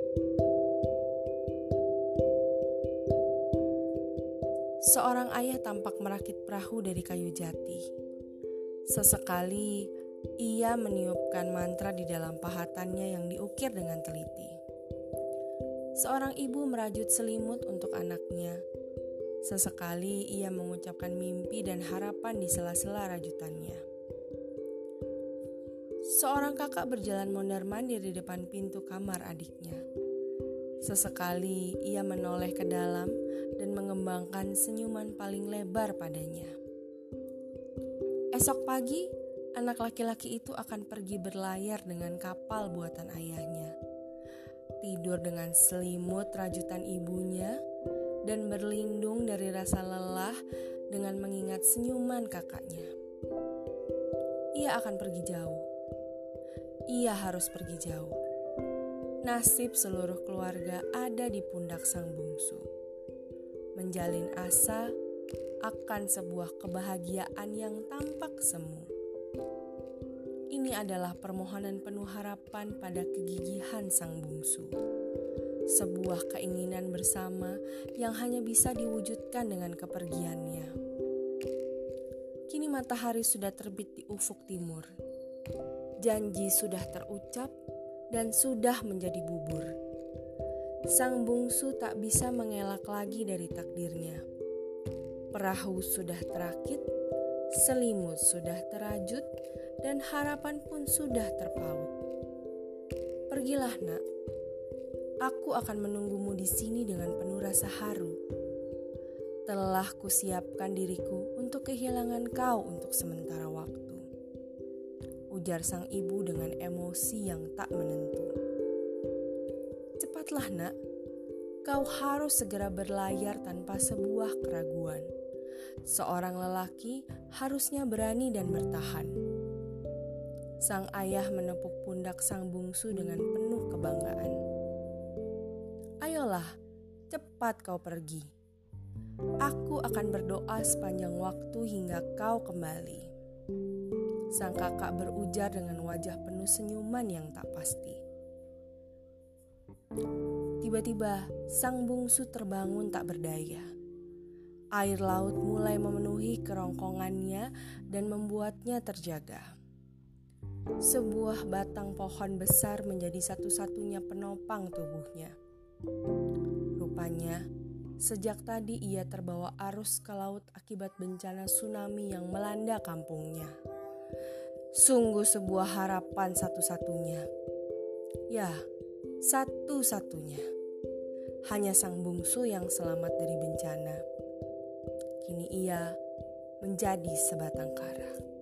Seorang ayah tampak merakit perahu dari kayu jati. Sesekali, ia meniupkan mantra di dalam pahatannya yang diukir dengan teliti. Seorang ibu merajut selimut untuk anaknya. Sesekali ia mengucapkan mimpi dan harapan di sela-sela rajutannya. Seorang kakak berjalan mondar-mandir di depan pintu kamar adiknya. Sesekali ia menoleh ke dalam dan mengembangkan senyuman paling lebar padanya. Esok pagi, anak laki-laki itu akan pergi berlayar dengan kapal buatan ayahnya. Tidur dengan selimut rajutan ibunya dan berlindung dari rasa lelah dengan mengingat senyuman kakaknya. Ia akan pergi jauh. Ia harus pergi jauh. Nasib seluruh keluarga ada di pundak sang bungsu. Menjalin asa akan sebuah kebahagiaan yang tampak semu. Ini adalah permohonan penuh harapan pada kegigihan sang bungsu. Sebuah keinginan bersama yang hanya bisa diwujudkan dengan kepergiannya. Kini matahari sudah terbit di ufuk timur. Janji sudah terucap dan sudah menjadi bubur. Sang bungsu tak bisa mengelak lagi dari takdirnya. Perahu sudah terakit, selimut sudah terajut, dan harapan pun sudah terpaut. Pergilah, Nak. Aku akan menunggumu di sini dengan penuh rasa haru. Telah kusiapkan diriku untuk kehilangan kau untuk sementara waktu. Ujar sang ibu dengan emosi yang tak menentu. Cepatlah, Nak. Kau harus segera berlayar tanpa sebuah keraguan. Seorang lelaki harusnya berani dan bertahan. Sang ayah menepuk pundak sang bungsu dengan penuh kebanggaan. Ayolah, cepat kau pergi. Aku akan berdoa sepanjang waktu hingga kau kembali. Sang kakak berujar dengan wajah penuh senyuman yang tak pasti. Tiba-tiba, sang bungsu terbangun tak berdaya. Air laut mulai memenuhi kerongkongannya dan membuatnya terjaga. Sebuah batang pohon besar menjadi satu-satunya penopang tubuhnya. Rupanya, sejak tadi ia terbawa arus ke laut akibat bencana tsunami yang melanda kampungnya. Sungguh sebuah harapan satu-satunya. Ya, satu-satunya. Hanya sang bungsu yang selamat dari bencana. Kini ia menjadi sebatang kara.